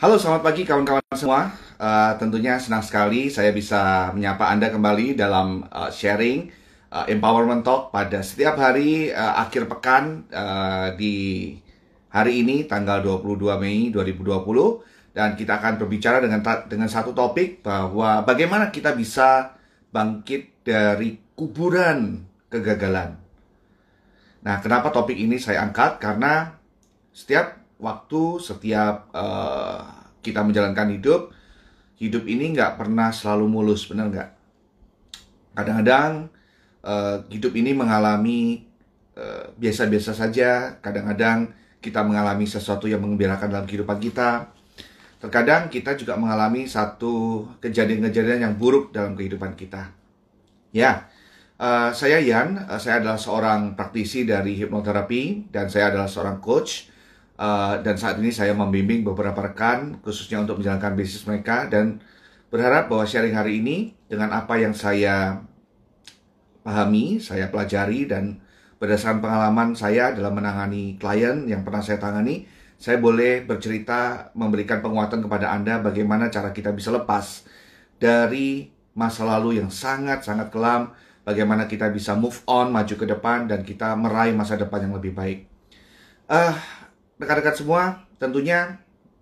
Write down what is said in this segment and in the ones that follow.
Halo, selamat pagi kawan-kawan semua. Tentunya senang sekali saya bisa menyapa Anda kembali dalam sharing Empowerment Talk pada setiap hari akhir pekan di hari ini tanggal 22 Mei 2020, dan kita akan berbicara dengan satu topik bahwa bagaimana kita bisa bangkit dari kuburan kegagalan. Nah, kenapa topik ini saya angkat? Karena setiap waktu, setiap kita menjalankan hidup, hidup ini nggak pernah selalu mulus, benar nggak? Kadang-kadang hidup ini mengalami biasa-biasa saja. Kadang-kadang kita mengalami sesuatu yang menggembirakan dalam kehidupan kita. Terkadang kita juga mengalami satu kejadian-kejadian yang buruk dalam kehidupan kita. Ya, saya Yan, saya adalah seorang praktisi dari hipnoterapi dan saya adalah seorang coach. Dan saat ini saya membimbing beberapa rekan khususnya untuk menjalankan bisnis mereka, dan berharap bahwa sharing hari ini dengan apa yang saya pahami, saya pelajari, dan berdasarkan pengalaman saya dalam menangani klien yang pernah saya tangani, saya boleh bercerita, memberikan penguatan kepada Anda bagaimana cara kita bisa lepas dari masa lalu yang sangat-sangat kelam, bagaimana kita bisa move on, maju ke depan, dan kita meraih masa depan yang lebih baik. Rekan-rekan semua, tentunya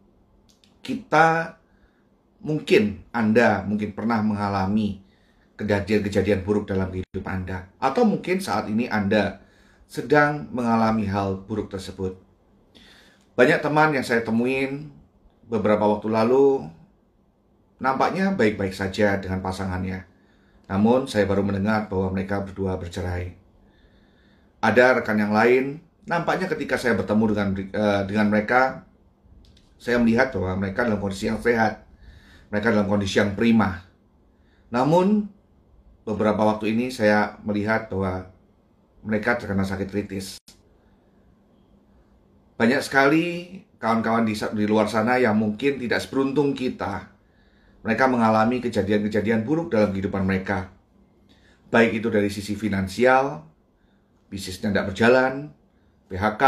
Anda mungkin pernah mengalami kejadian-kejadian buruk dalam kehidupan Anda. Atau mungkin saat ini Anda sedang mengalami hal buruk tersebut. Banyak teman yang saya temuin beberapa waktu lalu nampaknya baik-baik saja dengan pasangannya. Namun saya baru mendengar bahwa mereka berdua bercerai. Ada rekan yang lain, nampaknya ketika saya bertemu dengan mereka, saya melihat bahwa mereka dalam kondisi yang sehat, mereka dalam kondisi yang prima. Namun beberapa waktu ini saya melihat bahwa mereka terkena sakit kritis. Banyak sekali kawan-kawan di luar sana yang mungkin tidak seberuntung kita. Mereka mengalami kejadian-kejadian buruk dalam kehidupan mereka. Baik itu dari sisi finansial, bisnisnya tidak berjalan, PHK,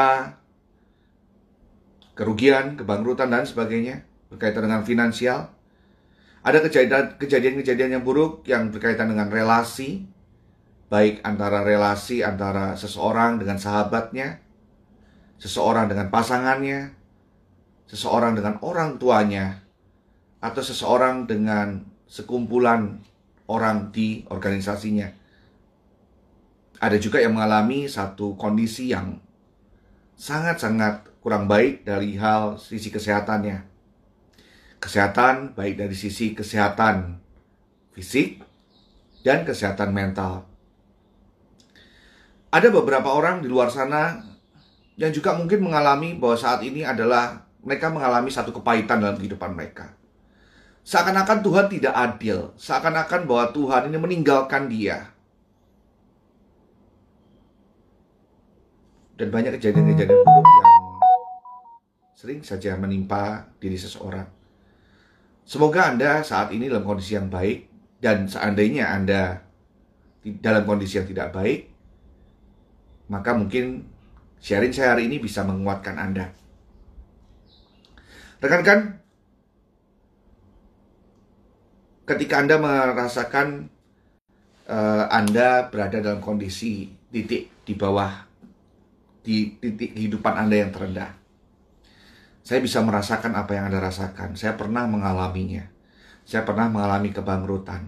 kerugian, kebangkrutan, dan sebagainya berkaitan dengan finansial. Ada kejadian-kejadian yang buruk yang berkaitan dengan relasi, baik relasi antara seseorang dengan sahabatnya, seseorang dengan pasangannya, seseorang dengan orang tuanya, atau seseorang dengan sekumpulan orang di organisasinya. Ada juga yang mengalami satu kondisi yang sangat-sangat kurang baik dari hal sisi kesehatannya. Kesehatan baik dari sisi kesehatan fisik dan kesehatan mental. Ada beberapa orang di luar sana yang juga mungkin mengalami bahwa saat ini adalah mereka mengalami satu kepahitan dalam kehidupan mereka. Seakan-akan Tuhan tidak adil, seakan-akan bahwa Tuhan ini meninggalkan dia. Dan banyak kejadian-kejadian buruk yang sering saja menimpa diri seseorang. Semoga Anda saat ini dalam kondisi yang baik, dan seandainya Anda dalam kondisi yang tidak baik, maka mungkin sharing saya hari ini bisa menguatkan Anda. Rekan-rekan, ketika Anda merasakan Anda berada dalam kondisi titik di bawah, di titik kehidupan Anda yang terendah, saya bisa merasakan apa yang Anda rasakan. Saya pernah mengalaminya. Saya pernah mengalami kebangkrutan.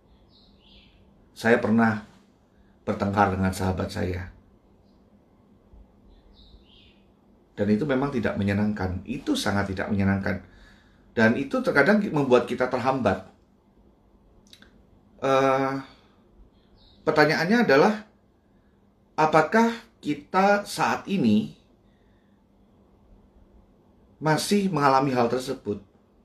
Saya pernah bertengkar dengan sahabat saya. Dan itu memang tidak menyenangkan. Itu sangat tidak menyenangkan. Dan itu terkadang membuat kita terhambat. Pertanyaannya adalah, apakah kita saat ini masih mengalami hal tersebut?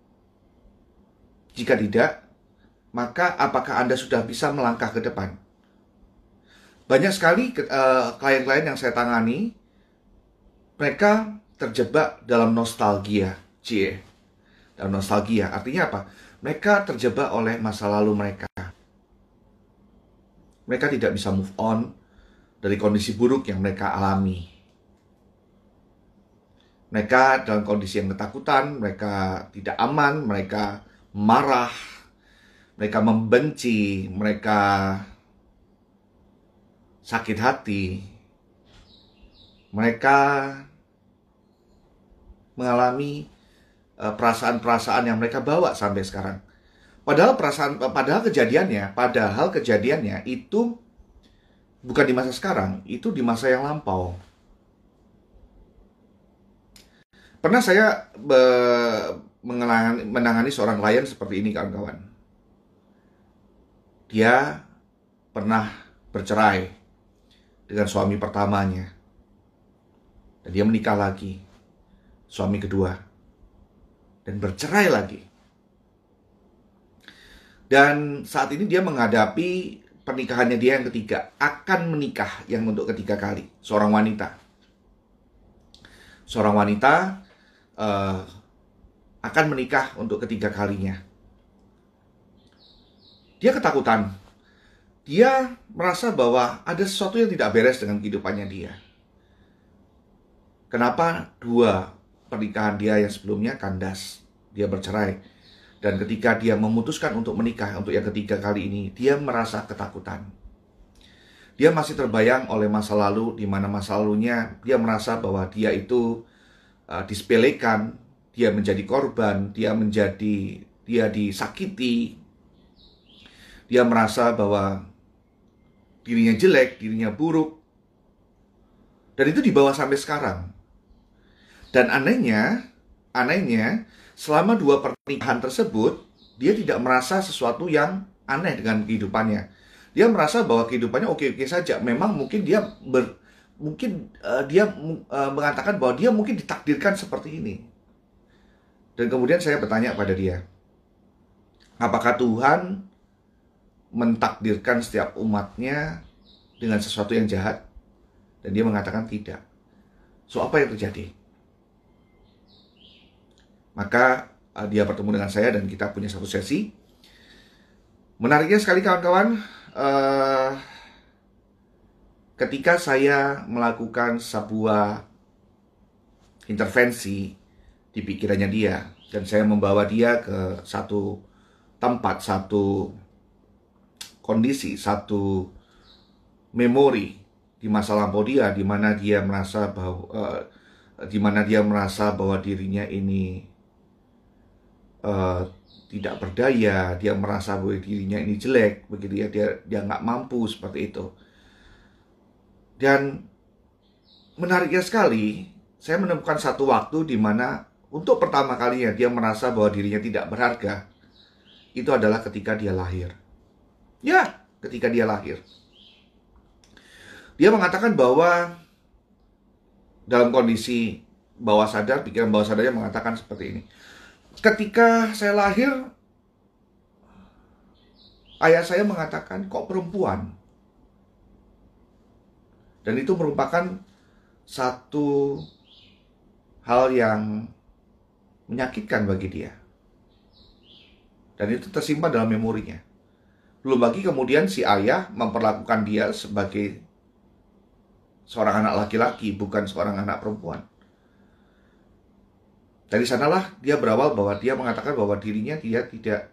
Jika tidak, maka apakah Anda sudah bisa melangkah ke depan? Banyak sekali klien-klien yang saya tangani, mereka terjebak dalam nostalgia. Dalam nostalgia, artinya apa? Mereka terjebak oleh masa lalu mereka. Mereka tidak bisa move on dari kondisi buruk yang mereka alami. Mereka dalam kondisi yang ketakutan, mereka tidak aman, mereka marah, mereka membenci, mereka sakit hati, mereka mengalami perasaan-perasaan yang mereka bawa sampai sekarang. Padahal kejadiannya itu bukan di masa sekarang, itu di masa yang lampau. Pernah saya menangani seorang klien seperti ini, kawan-kawan. Dia pernah bercerai dengan suami pertamanya. Dan dia menikah lagi, suami kedua. Dan bercerai lagi. Dan saat ini dia menghadapi pernikahannya dia yang ketiga. Akan menikah yang untuk ketiga kali. Seorang wanita. Seorang wanita akan menikah untuk ketiga kalinya. Dia ketakutan. Dia merasa bahwa ada sesuatu yang tidak beres dengan kehidupannya dia. Kenapa dua pernikahan dia yang sebelumnya kandas? Dia bercerai. Dan ketika dia memutuskan untuk menikah untuk yang ketiga kali ini, dia merasa ketakutan. Dia masih terbayang oleh masa lalu, di mana masa lalunya dia merasa bahwa dia itu disepelekan, dia menjadi korban, dia disakiti. Dia merasa bahwa dirinya jelek, dirinya buruk. Dan itu dibawa sampai sekarang. Dan anehnya, selama dua pernikahan tersebut, dia tidak merasa sesuatu yang aneh dengan kehidupannya. Dia merasa bahwa kehidupannya oke-oke saja. Memang mungkin dia mengatakan bahwa dia mungkin ditakdirkan seperti ini. Dan kemudian saya bertanya pada dia, apakah Tuhan mentakdirkan setiap umatnya dengan sesuatu yang jahat? Dan dia mengatakan tidak. So, apa yang terjadi? Maka dia bertemu dengan saya dan kita punya satu sesi. Menariknya sekali, kawan-kawan, ketika saya melakukan sebuah intervensi di pikirannya dia, dan saya membawa dia ke satu tempat, satu kondisi, satu memori di masa lampau dia, di mana dia merasa bahwa dirinya ini tidak berdaya, dia merasa bahwa dirinya ini jelek, begitu ya, dia nggak mampu seperti itu. Dan menariknya sekali, saya menemukan satu waktu di mana untuk pertama kalinya dia merasa bahwa dirinya tidak berharga. Itu adalah ketika dia lahir. Ya, ketika dia lahir. Dia mengatakan bahwa dalam kondisi bawah sadar, pikiran bawah sadarnya mengatakan seperti ini. Ketika saya lahir, ayah saya mengatakan, kok perempuan? Dan itu merupakan satu hal yang menyakitkan bagi dia. Dan itu tersimpan dalam memorinya. Belum lagi kemudian si ayah memperlakukan dia sebagai seorang anak laki-laki, bukan seorang anak perempuan. Dari sanalah dia berawal bahwa dia mengatakan bahwa dirinya dia tidak,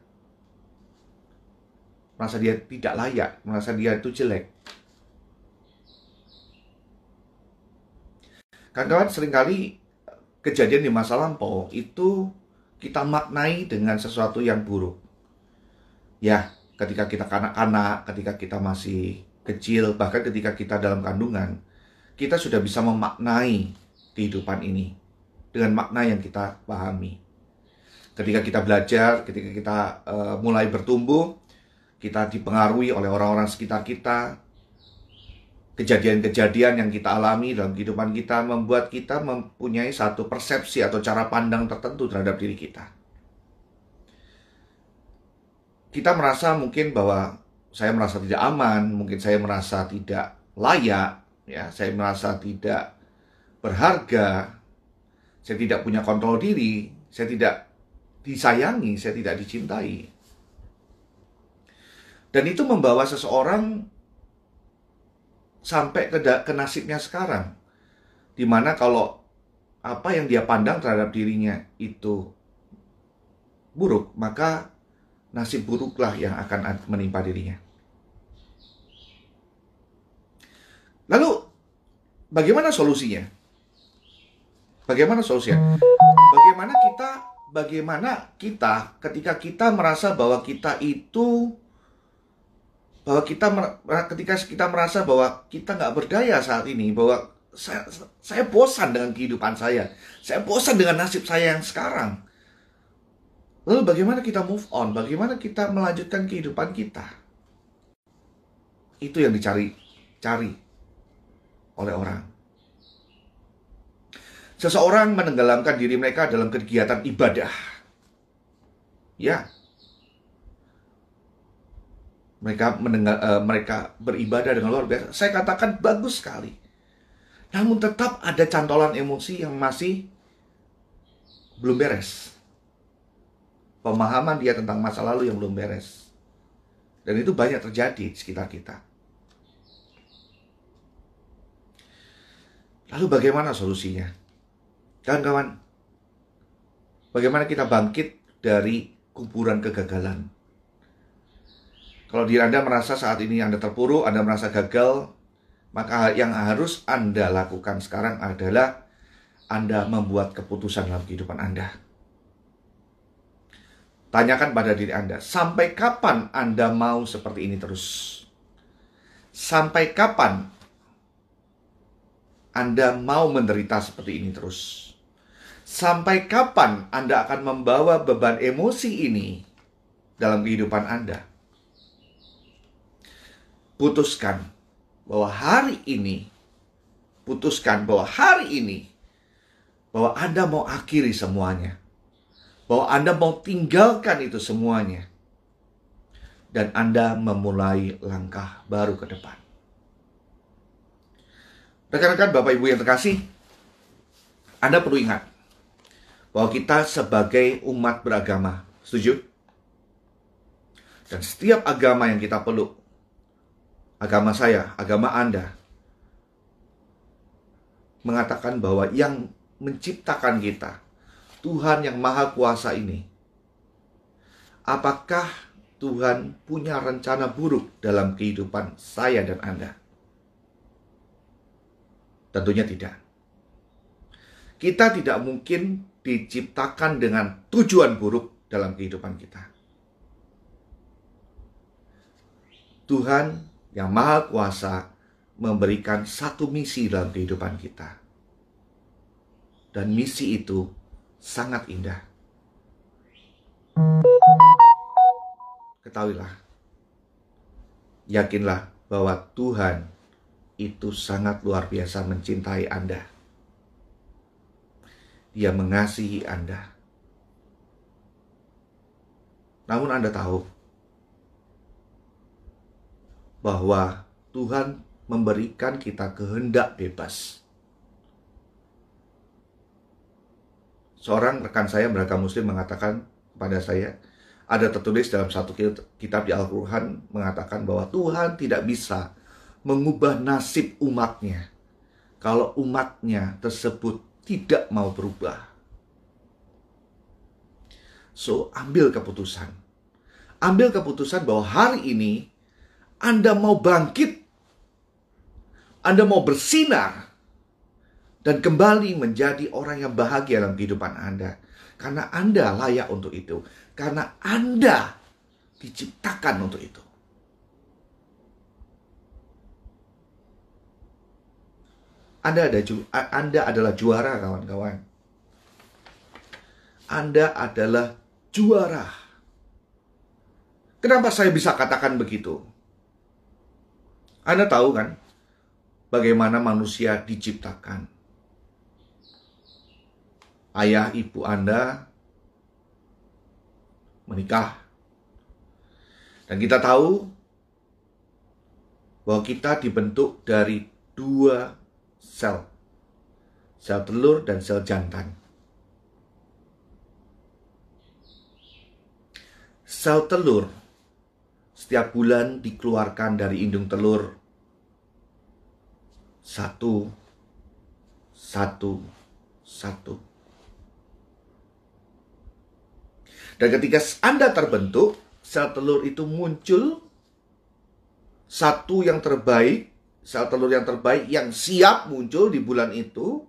merasa dia tidak layak, merasa dia itu jelek. Kawan-kawan, seringkali kejadian di masa lampau itu kita maknai dengan sesuatu yang buruk. Ya, ketika kita kanak-kanak, ketika kita masih kecil, bahkan ketika kita dalam kandungan, kita sudah bisa memaknai kehidupan ini dengan makna yang kita pahami. Ketika kita belajar, ketika kita mulai bertumbuh, kita dipengaruhi oleh orang-orang sekitar kita. Kejadian-kejadian yang kita alami dalam kehidupan kita membuat kita mempunyai satu persepsi atau cara pandang tertentu terhadap diri kita. Kita merasa mungkin bahwa saya merasa tidak aman, mungkin saya merasa tidak layak, ya, saya merasa tidak berharga, saya tidak punya kontrol diri, saya tidak disayangi, saya tidak dicintai. Dan itu membawa seseorang sampai ke nasibnya sekarang. Dimana kalau apa yang dia pandang terhadap dirinya itu buruk, maka nasib buruklah yang akan menimpa dirinya. Lalu, bagaimana solusinya? Bagaimana solusinya? Bagaimana kita ketika kita merasa bahwa kita itu ketika kita merasa bahwa kita nggak berdaya saat ini, bahwa saya bosan dengan kehidupan saya bosan dengan nasib saya yang sekarang. Lalu bagaimana kita move on? Bagaimana kita melanjutkan kehidupan kita? Itu yang dicari oleh orang. Seseorang menenggelamkan diri mereka dalam kegiatan ibadah. Ya. Mereka beribadah dengan luar biasa. Saya katakan bagus sekali. Namun tetap ada cantolan emosi yang masih belum beres. Pemahaman dia tentang masa lalu yang belum beres. Dan itu banyak terjadi di sekitar kita. Lalu bagaimana solusinya? Kawan-kawan, bagaimana kita bangkit dari kuburan kegagalan? Kalau diri Anda merasa saat ini Anda terpuruk, Anda merasa gagal, maka yang harus Anda lakukan sekarang adalah Anda membuat keputusan dalam kehidupan Anda. Tanyakan pada diri Anda, sampai kapan Anda mau seperti ini terus? Sampai kapan Anda mau menderita seperti ini terus? Sampai kapan Anda akan membawa beban emosi ini dalam kehidupan Anda? Putuskan bahwa hari ini, bahwa Anda mau akhiri semuanya. Bahwa Anda mau tinggalkan itu semuanya. Dan Anda memulai langkah baru ke depan. Rekan-rekan, Bapak Ibu yang terkasih, Anda perlu ingat bahwa kita sebagai umat beragama, setuju? Dan setiap agama yang kita peluk, agama saya, agama Anda, mengatakan bahwa yang menciptakan kita, Tuhan yang Maha Kuasa ini, apakah Tuhan punya rencana buruk dalam kehidupan saya dan Anda? Tentunya tidak. Kita tidak mungkin diciptakan dengan tujuan buruk dalam kehidupan kita. Tuhan yang Maha Kuasa memberikan satu misi dalam kehidupan kita. Dan misi itu sangat indah. Ketahuilah, yakinlah bahwa Tuhan itu sangat luar biasa mencintai Anda. Dia mengasihi Anda. Namun Anda tahu bahwa Tuhan memberikan kita kehendak bebas. Seorang rekan saya beragama Muslim mengatakan kepada saya, ada tertulis dalam satu kitab di Al-Quran mengatakan bahwa Tuhan tidak bisa mengubah nasib umatnya kalau umatnya tersebut tidak mau berubah. So, ambil keputusan. Ambil keputusan bahwa hari ini Anda mau bangkit, Anda mau bersinar, dan kembali menjadi orang yang bahagia dalam kehidupan Anda. Karena Anda layak untuk itu. Karena Anda diciptakan untuk itu. Anda adalah juara, kawan-kawan. Anda adalah juara. Kenapa saya bisa katakan begitu? Anda tahu kan bagaimana manusia diciptakan? Ayah ibu Anda menikah. Dan kita tahu bahwa kita dibentuk dari dua sel. Sel telur dan sel jantan. Sel telur setiap bulan dikeluarkan dari indung telur satu satu. Dan ketika Anda terbentuk, sel telur itu muncul, satu yang terbaik, sel telur yang terbaik yang siap muncul di bulan itu,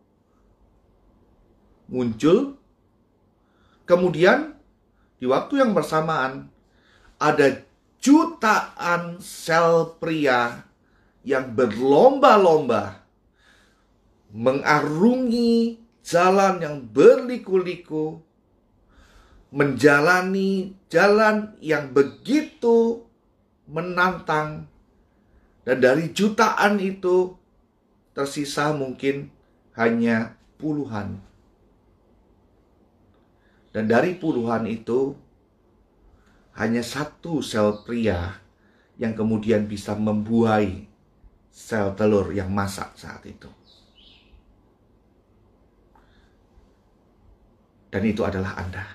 muncul. Kemudian di waktu yang bersamaan ada jutaan sel pria yang berlomba-lomba mengarungi jalan yang berliku-liku, menjalani jalan yang begitu menantang, dan dari jutaan itu tersisa mungkin hanya puluhan. Dan dari puluhan itu hanya satu sel pria yang kemudian bisa membuai sel telur yang masak saat itu. Dan itu adalah Anda.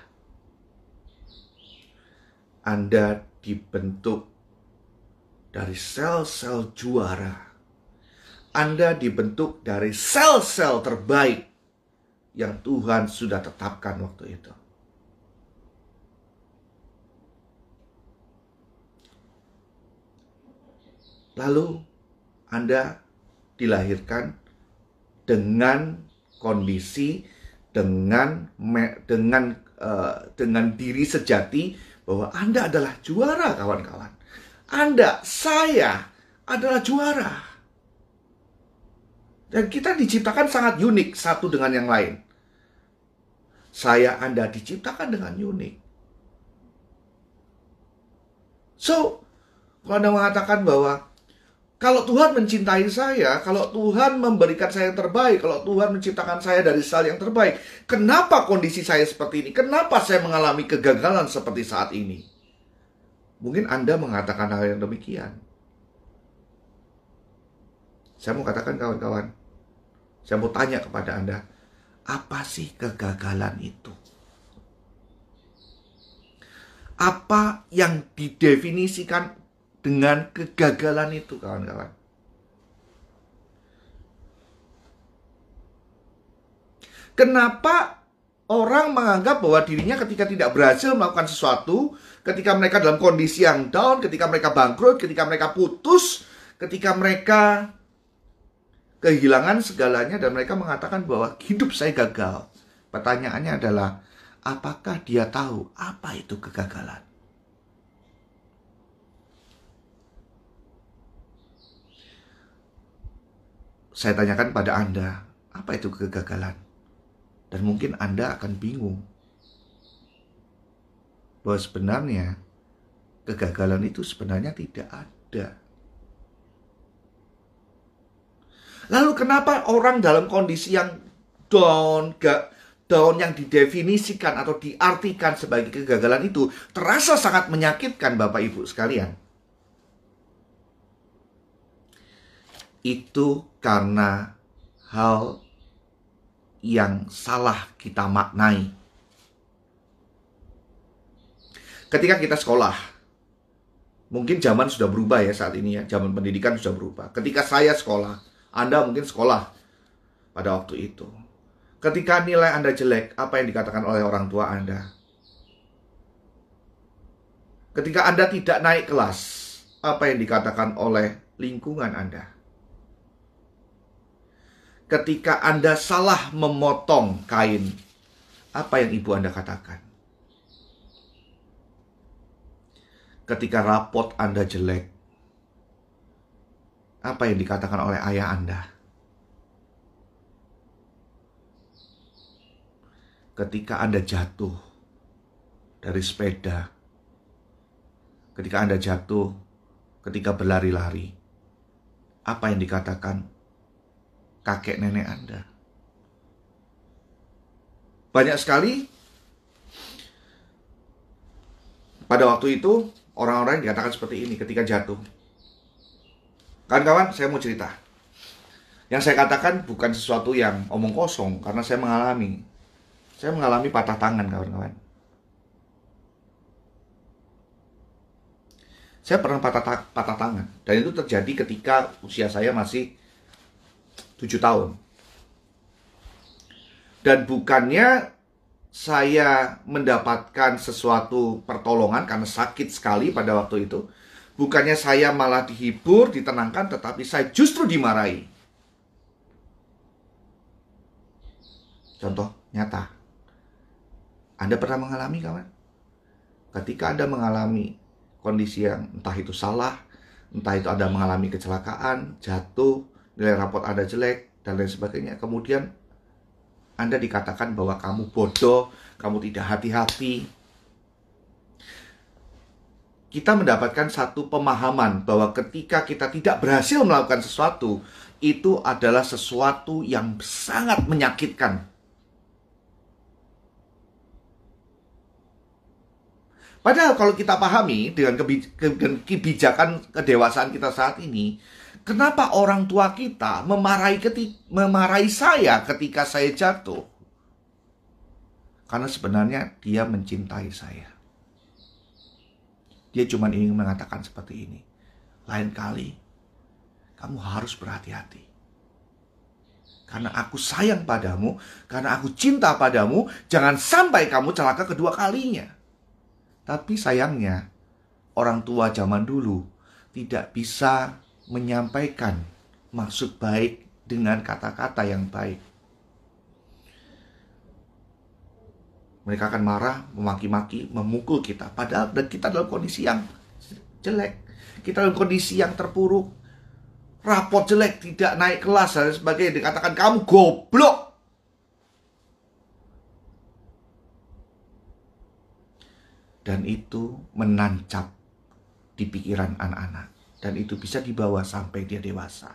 Anda dibentuk dari sel-sel juara. Anda dibentuk dari sel-sel terbaik yang Tuhan sudah tetapkan waktu itu. Lalu Anda dilahirkan dengan kondisi, dengan diri sejati bahwa Anda adalah juara, kawan-kawan. Anda, saya adalah juara. Dan kita diciptakan sangat unik satu dengan yang lain. Saya, Anda diciptakan dengan unik. So, kalau Anda mengatakan bahwa kalau Tuhan mencintai saya, kalau Tuhan memberikan saya yang terbaik, kalau Tuhan menciptakan saya dari sel yang terbaik, kenapa kondisi saya seperti ini? Kenapa saya mengalami kegagalan seperti saat ini? Mungkin Anda mengatakan hal yang demikian. Saya mau katakan, kawan-kawan, saya mau tanya kepada Anda, apa sih kegagalan itu? Apa yang didefinisikan dengan kegagalan itu, kawan-kawan? Kenapa orang menganggap bahwa dirinya ketika tidak berhasil melakukan sesuatu, ketika mereka dalam kondisi yang down, ketika mereka bangkrut, ketika mereka putus, ketika mereka kehilangan segalanya, dan mereka mengatakan bahwa hidup saya gagal? Pertanyaannya adalah, apakah dia tahu apa itu kegagalan? Saya tanyakan pada Anda, apa itu kegagalan? Dan mungkin Anda akan bingung bahwa sebenarnya kegagalan itu sebenarnya tidak ada. Lalu kenapa orang dalam kondisi yang down yang didefinisikan atau diartikan sebagai kegagalan itu terasa sangat menyakitkan, Bapak Ibu sekalian? Itu karena hal yang salah kita maknai. Ketika kita sekolah, mungkin zaman sudah berubah ya saat ini ya, zaman pendidikan sudah berubah. Ketika saya sekolah, Anda mungkin sekolah pada waktu itu. Ketika nilai Anda jelek, apa yang dikatakan oleh orang tua Anda? Ketika Anda tidak naik kelas, apa yang dikatakan oleh lingkungan Anda? Ketika Anda salah memotong kain, apa yang ibu Anda katakan? Ketika rapot Anda jelek, apa yang dikatakan oleh ayah Anda? Ketika Anda jatuh dari sepeda, ketika Anda jatuh, ketika berlari-lari, apa yang dikatakan kakek nenek Anda? Banyak sekali pada waktu itu orang-orang yang dikatakan seperti ini ketika jatuh. Kawan-kawan, saya mau cerita. Yang saya katakan bukan sesuatu yang omong kosong, karena saya mengalami. Saya mengalami patah tangan, kawan-kawan. Saya pernah patah tangan, dan itu terjadi ketika usia saya masih 7 tahun. Dan bukannya saya mendapatkan sesuatu pertolongan karena sakit sekali pada waktu itu. Bukannya saya malah dihibur, ditenangkan, tetapi saya justru dimarahi. Contoh nyata. Anda pernah mengalami, kawan? Ketika Anda mengalami kondisi yang entah itu salah, entah itu Anda mengalami kecelakaan, jatuh, nilai raport Anda jelek, dan lain sebagainya. Kemudian Anda dikatakan bahwa kamu bodoh, kamu tidak hati-hati. Kita mendapatkan satu pemahaman bahwa ketika kita tidak berhasil melakukan sesuatu, itu adalah sesuatu yang sangat menyakitkan. Padahal kalau kita pahami dengan kebijakan kedewasaan kita saat ini, kenapa orang tua kita memarahi saya ketika saya jatuh? Karena sebenarnya dia mencintai saya. Dia cuma ingin mengatakan seperti ini. Lain kali, kamu harus berhati-hati. Karena aku sayang padamu, karena aku cinta padamu, jangan sampai kamu celaka kedua kalinya. Tapi sayangnya, orang tua zaman dulu tidak bisa menyampaikan maksud baik dengan kata-kata yang baik. Mereka akan marah, memaki-maki, memukul kita. Padahal kita dalam kondisi yang jelek. Kita dalam kondisi yang terpuruk. Raport jelek, tidak naik kelas, dan sebagainya. Dikatakan kamu goblok. Dan itu menancap di pikiran anak-anak. Dan itu bisa dibawa sampai dia dewasa.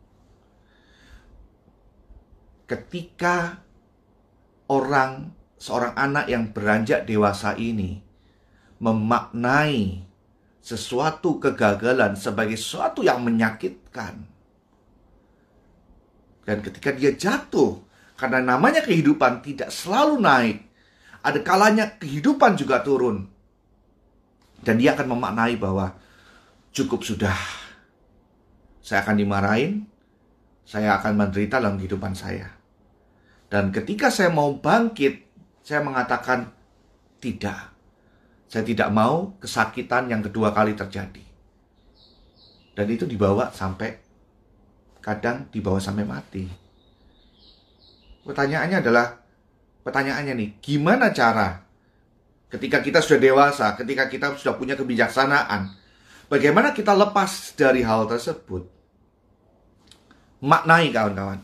Ketika seorang anak yang beranjak dewasa ini memaknai sesuatu kegagalan sebagai sesuatu yang menyakitkan. Dan ketika dia jatuh, karena namanya kehidupan tidak selalu naik, ada kalanya kehidupan juga turun. Dan dia akan memaknai bahwa cukup sudah. Saya akan dimarahin, saya akan menderita dalam kehidupan saya. Dan ketika saya mau bangkit, saya mengatakan tidak. Saya tidak mau kesakitan yang kedua kali terjadi. Dan itu dibawa sampai, kadang dibawa sampai mati. Pertanyaannya nih, gimana cara ketika kita sudah dewasa, ketika kita sudah punya kebijaksanaan, bagaimana kita lepas dari hal tersebut? Maknai, kawan-kawan.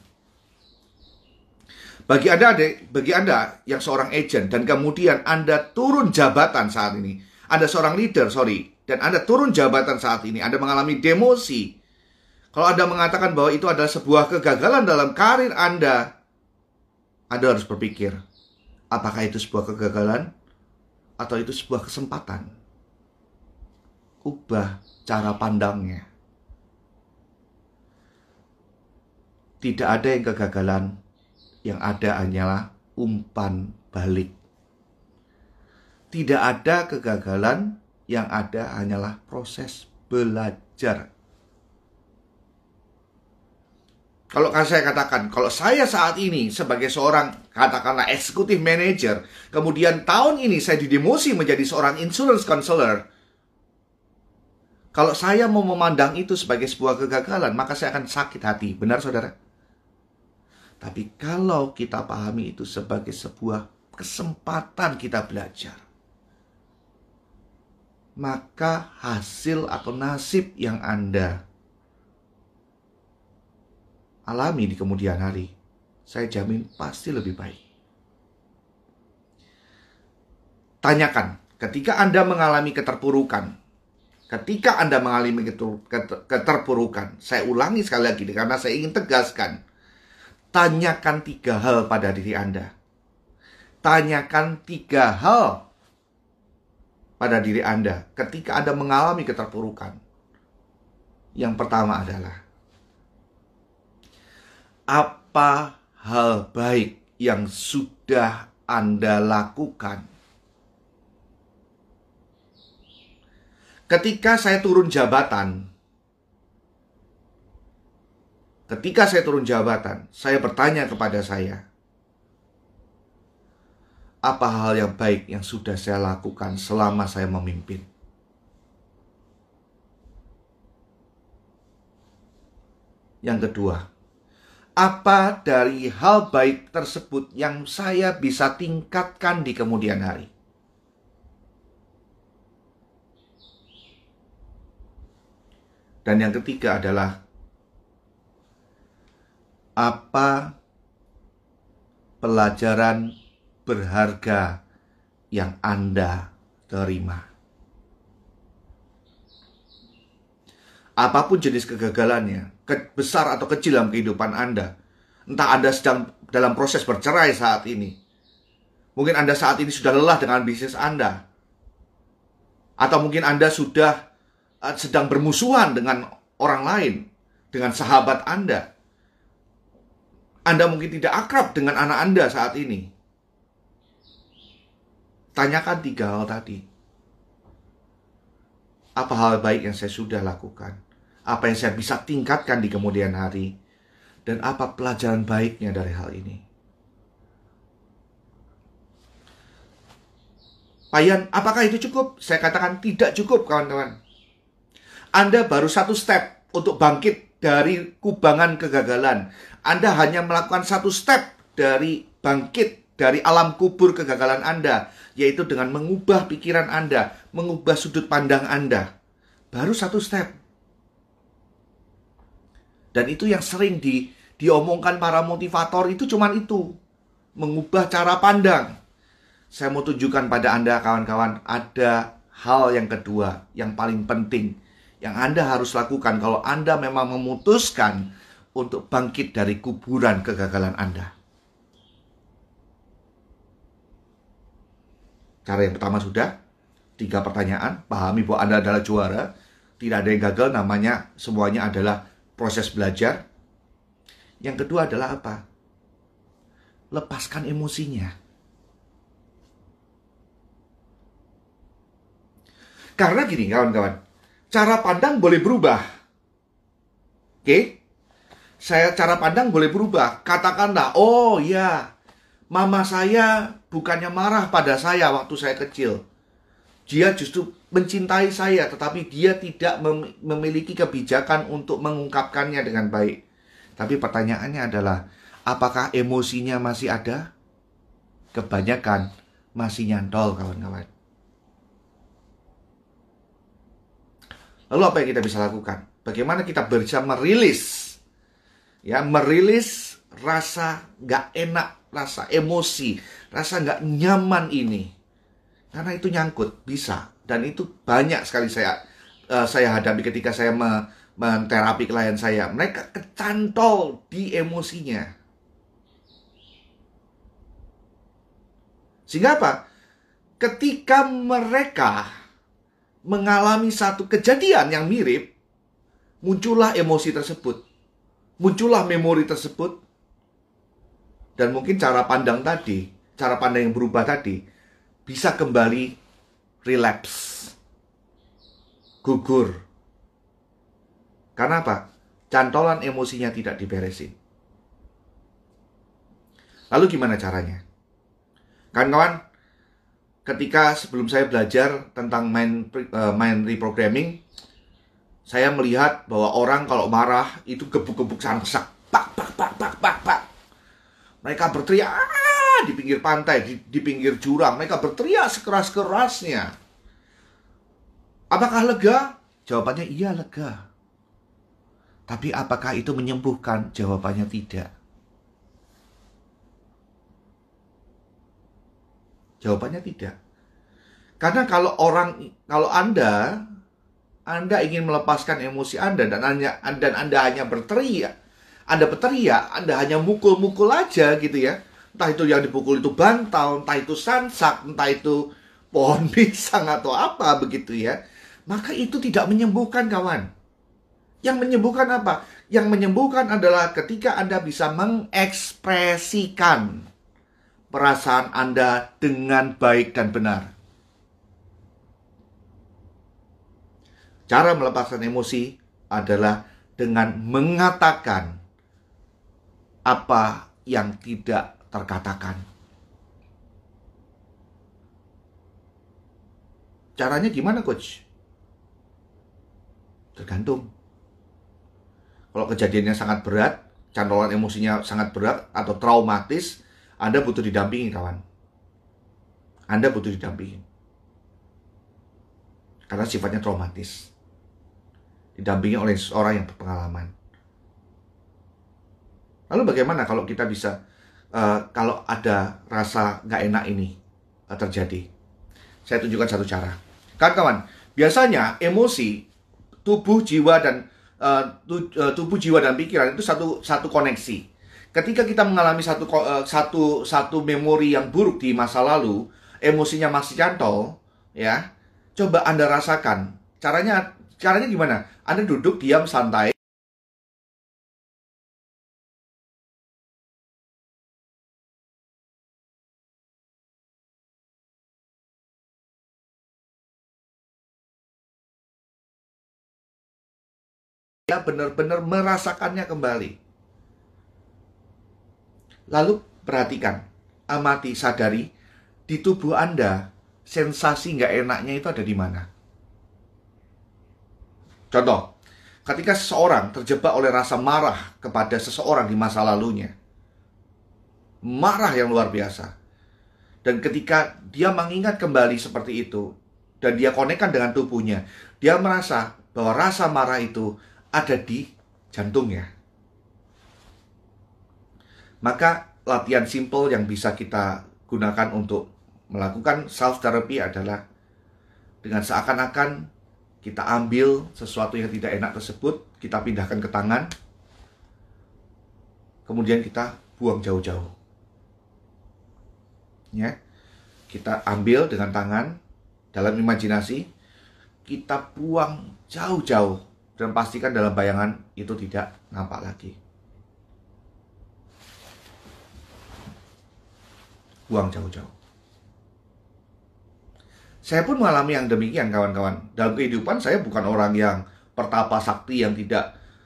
Bagi Anda yang seorang agent dan kemudian Anda turun jabatan saat ini, Anda seorang leader, dan Anda turun jabatan saat ini, Anda mengalami demosi. Kalau Anda mengatakan bahwa itu adalah sebuah kegagalan dalam karir Anda harus berpikir, apakah itu sebuah kegagalan atau itu sebuah kesempatan? Ubah cara pandangnya. Tidak ada yang kegagalan. Yang ada hanyalah umpan balik. Tidak ada kegagalan, yang ada hanyalah proses belajar. Kalau saya katakan, kalau saya saat ini sebagai seorang, katakanlah eksekutif manager, kemudian tahun ini saya didemosi menjadi seorang insurance counselor, kalau saya mau memandang itu sebagai sebuah kegagalan, maka saya akan sakit hati. Benar, saudara? Tapi kalau kita pahami itu sebagai sebuah kesempatan kita belajar, maka hasil atau nasib yang Anda alami di kemudian hari, saya jamin pasti lebih baik. Tanyakan, ketika Anda mengalami keterpurukan, saya ulangi sekali lagi karena saya ingin tegaskan. Tanyakan 3 hal pada diri Anda. Tanyakan 3 hal pada diri Anda ketika Anda mengalami keterpurukan. Yang pertama adalah, apa hal baik yang sudah Anda lakukan? Ketika saya turun jabatan, saya bertanya kepada saya, apa hal yang baik yang sudah saya lakukan selama saya memimpin. Yang kedua, apa dari hal baik tersebut yang saya bisa tingkatkan di kemudian hari? Dan yang ketiga adalah, apa pelajaran berharga yang Anda terima? Apapun jenis kegagalannya, besar atau kecil dalam kehidupan Anda, entah Anda sedang dalam proses bercerai saat ini, mungkin Anda saat ini sudah lelah dengan bisnis Anda, atau mungkin Anda sudah sedang bermusuhan dengan orang lain, dengan sahabat Anda. Anda mungkin tidak akrab dengan anak Anda saat ini. Tanyakan 3 hal tadi. Apa hal baik yang saya sudah lakukan? Apa yang saya bisa tingkatkan di kemudian hari? Dan apa pelajaran baiknya dari hal ini? Pak Ian, apakah itu cukup? Saya katakan tidak cukup, kawan-kawan. Anda baru 1 step untuk bangkit dari kubangan kegagalan. Anda hanya melakukan 1 step dari bangkit dari alam kubur kegagalan Anda, yaitu dengan mengubah pikiran Anda, mengubah sudut pandang Anda. Baru 1 step. Dan itu yang sering diomongkan para motivator, itu cuman itu. Mengubah cara pandang. Saya mau tunjukkan pada Anda, kawan-kawan, ada hal yang kedua, yang paling penting, yang Anda harus lakukan kalau Anda memang memutuskan untuk bangkit dari kuburan kegagalan Anda. Cara yang pertama sudah, 3 pertanyaan, pahami bahwa Anda adalah juara, tidak ada yang gagal, namanya semuanya adalah proses belajar. Yang kedua adalah apa? Lepaskan emosinya. Karena gini, kawan-kawan, cara pandang boleh berubah. Oke? Cara pandang boleh berubah. Katakanlah, oh ya, mama saya bukannya marah pada saya waktu saya kecil. Dia justru mencintai saya, tetapi dia tidak memiliki kebijakan untuk mengungkapkannya dengan baik. Tapi pertanyaannya adalah, apakah emosinya masih ada? Kebanyakan masih nyantol, kawan-kawan. Lalu apa yang kita bisa lakukan? Bagaimana kita bisa merilis rasa gak enak, rasa emosi, rasa gak nyaman ini. Karena itu nyangkut, bisa. Dan itu banyak sekali saya hadapi ketika saya menterapi klien saya. Mereka kecantol di emosinya. Sehingga apa? Ketika mereka mengalami satu kejadian yang mirip, muncullah emosi tersebut. Muncullah memori tersebut. Dan mungkin cara pandang yang berubah tadi, bisa kembali relapse, gugur. Karena apa? Cantolan emosinya tidak diberesin. Lalu gimana caranya? Kawan-kawan, ketika sebelum saya belajar tentang mind reprogramming, saya melihat bahwa orang kalau marah itu gebuk-gebuk samsak, pak. Mereka berteriak di pinggir pantai, di pinggir jurang. Mereka berteriak sekeras-kerasnya. Apakah lega? Jawabannya iya, lega. Tapi apakah itu menyembuhkan? Jawabannya tidak. Jawabannya tidak. Karena kalau Anda ingin melepaskan emosi Anda dan Anda hanya berteriak, Anda hanya mukul-mukul aja gitu ya. Entah itu yang dipukul itu bantal, entah itu sansak, entah itu pohon pisang atau apa begitu ya. Maka itu tidak menyembuhkan, kawan. Yang menyembuhkan apa? Yang menyembuhkan adalah ketika Anda bisa mengekspresikan perasaan Anda dengan baik dan benar. Cara melepaskan emosi adalah dengan mengatakan apa yang tidak terkatakan. Caranya gimana, Coach? Tergantung. Kalau kejadiannya sangat berat, cantolan emosinya sangat berat atau traumatis, Anda butuh didampingi, kawan. Anda butuh didampingi. Karena sifatnya traumatis. Didampingi oleh seorang yang berpengalaman. Lalu bagaimana kalau kita bisa, kalau ada rasa nggak enak ini terjadi? Saya tunjukkan satu cara. Kawan-kawan, biasanya emosi, tubuh, jiwa, dan tubuh, jiwa, dan pikiran itu satu koneksi. Ketika kita mengalami satu memori yang buruk di masa lalu, emosinya masih cantol, ya. Coba Anda rasakan. Caranya gimana? Anda duduk diam santai. Dia benar-benar merasakannya kembali. Lalu perhatikan, amati, sadari di tubuh Anda sensasi nggak enaknya itu ada di mana. Contoh, ketika seseorang terjebak oleh rasa marah kepada seseorang di masa lalunya, marah yang luar biasa, dan ketika dia mengingat kembali seperti itu, dan dia konekkan dengan tubuhnya, dia merasa bahwa rasa marah itu ada di jantungnya. Maka latihan simple yang bisa kita gunakan untuk melakukan self-therapy adalah dengan seakan-akan kita ambil sesuatu yang tidak enak tersebut, kita pindahkan ke tangan, kemudian kita buang jauh-jauh. Ya, kita ambil dengan tangan, dalam imajinasi, kita buang jauh-jauh, dan pastikan dalam bayangan itu tidak nampak lagi. Buang jauh-jauh. Saya pun mengalami yang demikian, kawan-kawan. Dalam kehidupan saya bukan orang yang pertapa sakti yang tidak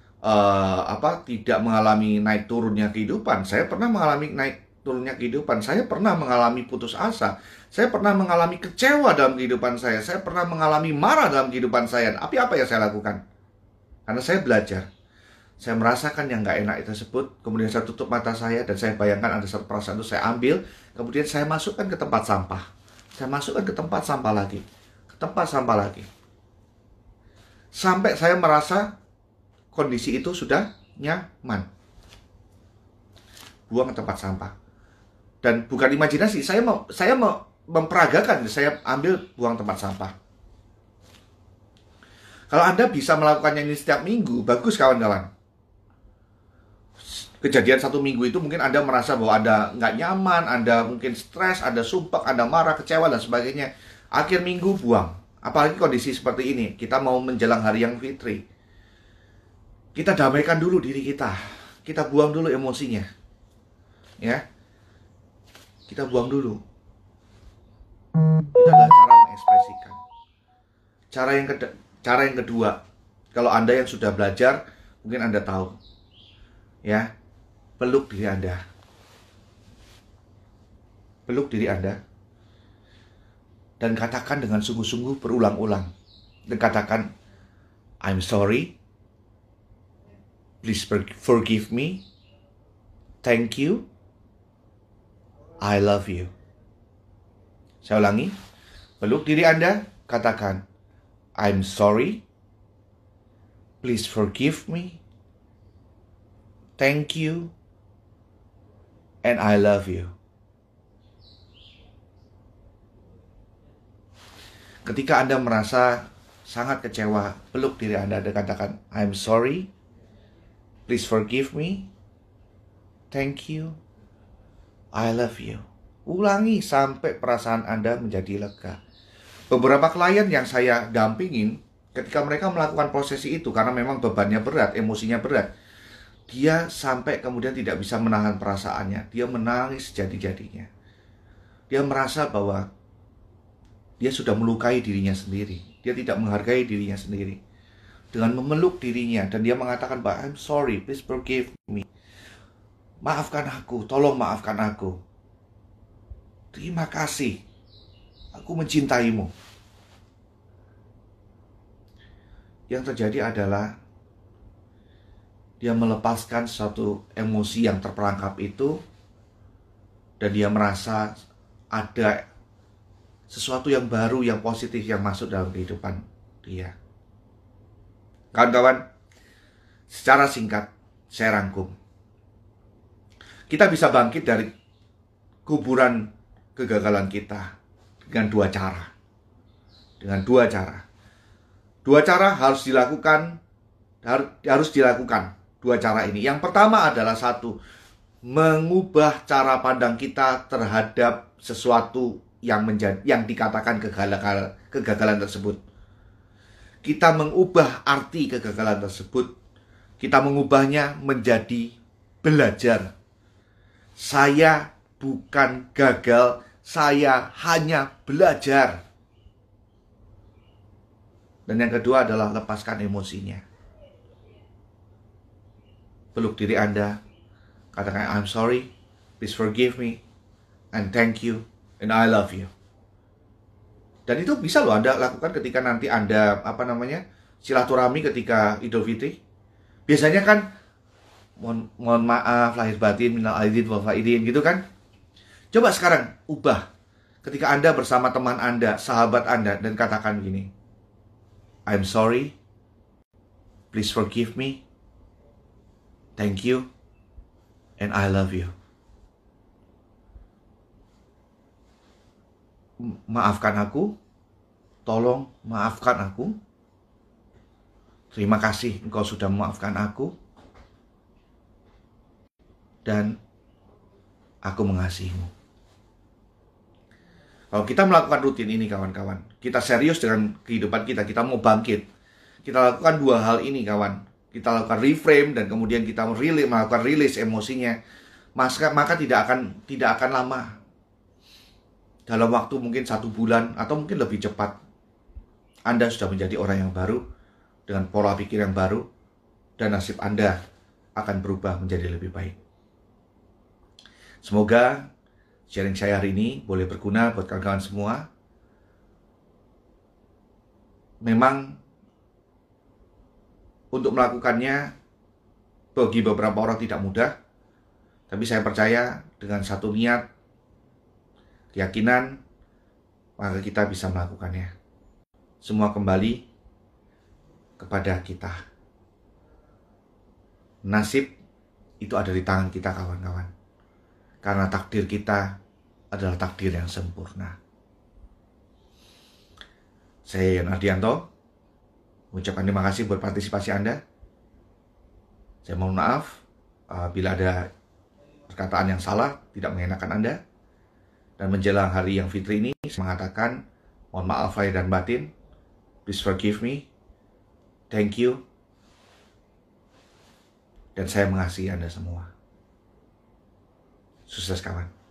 mengalami naik turunnya kehidupan. Saya pernah mengalami naik turunnya kehidupan. Saya pernah mengalami putus asa. Saya pernah mengalami kecewa dalam kehidupan saya. Saya pernah mengalami marah dalam kehidupan saya. Tapi apa yang saya lakukan? Karena saya belajar. Saya merasakan yang nggak enak itu tersebut. Kemudian saya tutup mata saya dan saya bayangkan ada satu perasaan itu saya ambil. Kemudian saya masukkan ke tempat sampah. Saya masukkan ke tempat sampah lagi. Ke tempat sampah lagi. Sampai saya merasa kondisi itu sudah nyaman. Buang ke tempat sampah. Dan bukan imajinasi, saya memperagakan, saya ambil buang tempat sampah. Kalau Anda bisa melakukannya ini setiap minggu, bagus, kawan-kawan. Kejadian satu minggu itu mungkin Anda merasa bahwa Anda nggak nyaman, Anda mungkin stres, Anda sumpah, Anda marah, kecewa, dan sebagainya. Akhir minggu buang. Apalagi kondisi seperti ini, kita mau menjelang hari yang fitri. Kita damaikan dulu diri kita. Kita buang dulu emosinya. Ya. Kita buang dulu. Itu adalah cara mengekspresikan. Cara yang kedua, kalau Anda yang sudah belajar, mungkin Anda tahu. Ya. Peluk diri Anda. Peluk diri Anda. Dan katakan dengan sungguh-sungguh berulang-ulang. Dan katakan, I'm sorry. Please forgive me. Thank you. I love you. Saya ulangi. Peluk diri Anda. Katakan, I'm sorry. Please forgive me. Thank you. And I love you. Ketika Anda merasa sangat kecewa, peluk diri Anda dan katakan, I'm sorry. Please forgive me. Thank you. I love you. Ulangi sampai perasaan Anda menjadi lega. Beberapa klien yang saya dampingin, ketika mereka melakukan prosesi itu, karena memang bebannya berat, emosinya berat, dia sampai kemudian tidak bisa menahan perasaannya. Dia menangis jadi-jadinya. Dia merasa bahwa dia sudah melukai dirinya sendiri. Dia tidak menghargai dirinya sendiri. Dengan memeluk dirinya, dan dia mengatakan bahwa I'm sorry, please forgive me. Maafkan aku, tolong maafkan aku. Terima kasih. Aku mencintaimu. Yang terjadi adalah dia melepaskan suatu emosi yang terperangkap itu, dan dia merasa ada sesuatu yang baru, yang positif yang masuk dalam kehidupan dia. Kawan-kawan, secara singkat saya rangkum, kita bisa bangkit dari kuburan kegagalan kita dengan dua cara. Dua cara harus dilakukan. Dua cara ini. Yang pertama adalah satu, mengubah cara pandang kita terhadap sesuatu yang dikatakan kegagalan tersebut. Kita mengubah arti kegagalan tersebut. Kita mengubahnya menjadi belajar. Saya bukan gagal, saya hanya belajar. Dan yang kedua adalah lepaskan emosinya. Peluk diri Anda, katakan I'm sorry, please forgive me, and thank you, and I love you. Dan itu bisa loh Anda lakukan ketika nanti Anda silaturahmi ketika Idul Fitri. Biasanya kan mohon maaf lahir batin, minal aidin wal faidin gitu kan. Coba sekarang ubah ketika Anda bersama teman Anda, sahabat Anda, dan katakan gini, I'm sorry, please forgive me, thank you, and I love you. Maafkan aku, tolong maafkan aku. Terima kasih engkau sudah memaafkan aku. Dan aku mengasihimu. Kalau kita melakukan rutin ini kawan-kawan, kita serius dengan kehidupan kita, kita mau bangkit, kita lakukan dua hal ini kawan. Kita lakukan reframe dan kemudian kita melakukan rilis emosinya, maka tidak akan lama. Dalam waktu mungkin 1 bulan atau mungkin lebih cepat, Anda sudah menjadi orang yang baru dengan pola pikir yang baru, dan nasib Anda akan berubah menjadi lebih baik. Semoga sharing saya hari ini boleh berguna buat kawan-kawan semua. Memang untuk melakukannya bagi beberapa orang tidak mudah, tapi saya percaya dengan satu niat, keyakinan, maka kita bisa melakukannya. Semua kembali kepada kita. Nasib itu ada di tangan kita kawan-kawan. Karena takdir kita adalah takdir yang sempurna. Saya Yon Ardianto, mengucapkan terima kasih buat partisipasi Anda. Saya mohon maaf bila ada perkataan yang salah, tidak mengenakan Anda. Dan menjelang hari yang fitri ini, saya mengatakan, mohon maaf lahir dan batin, please forgive me, thank you, dan saya mengasihi Anda semua. Sukses kawan.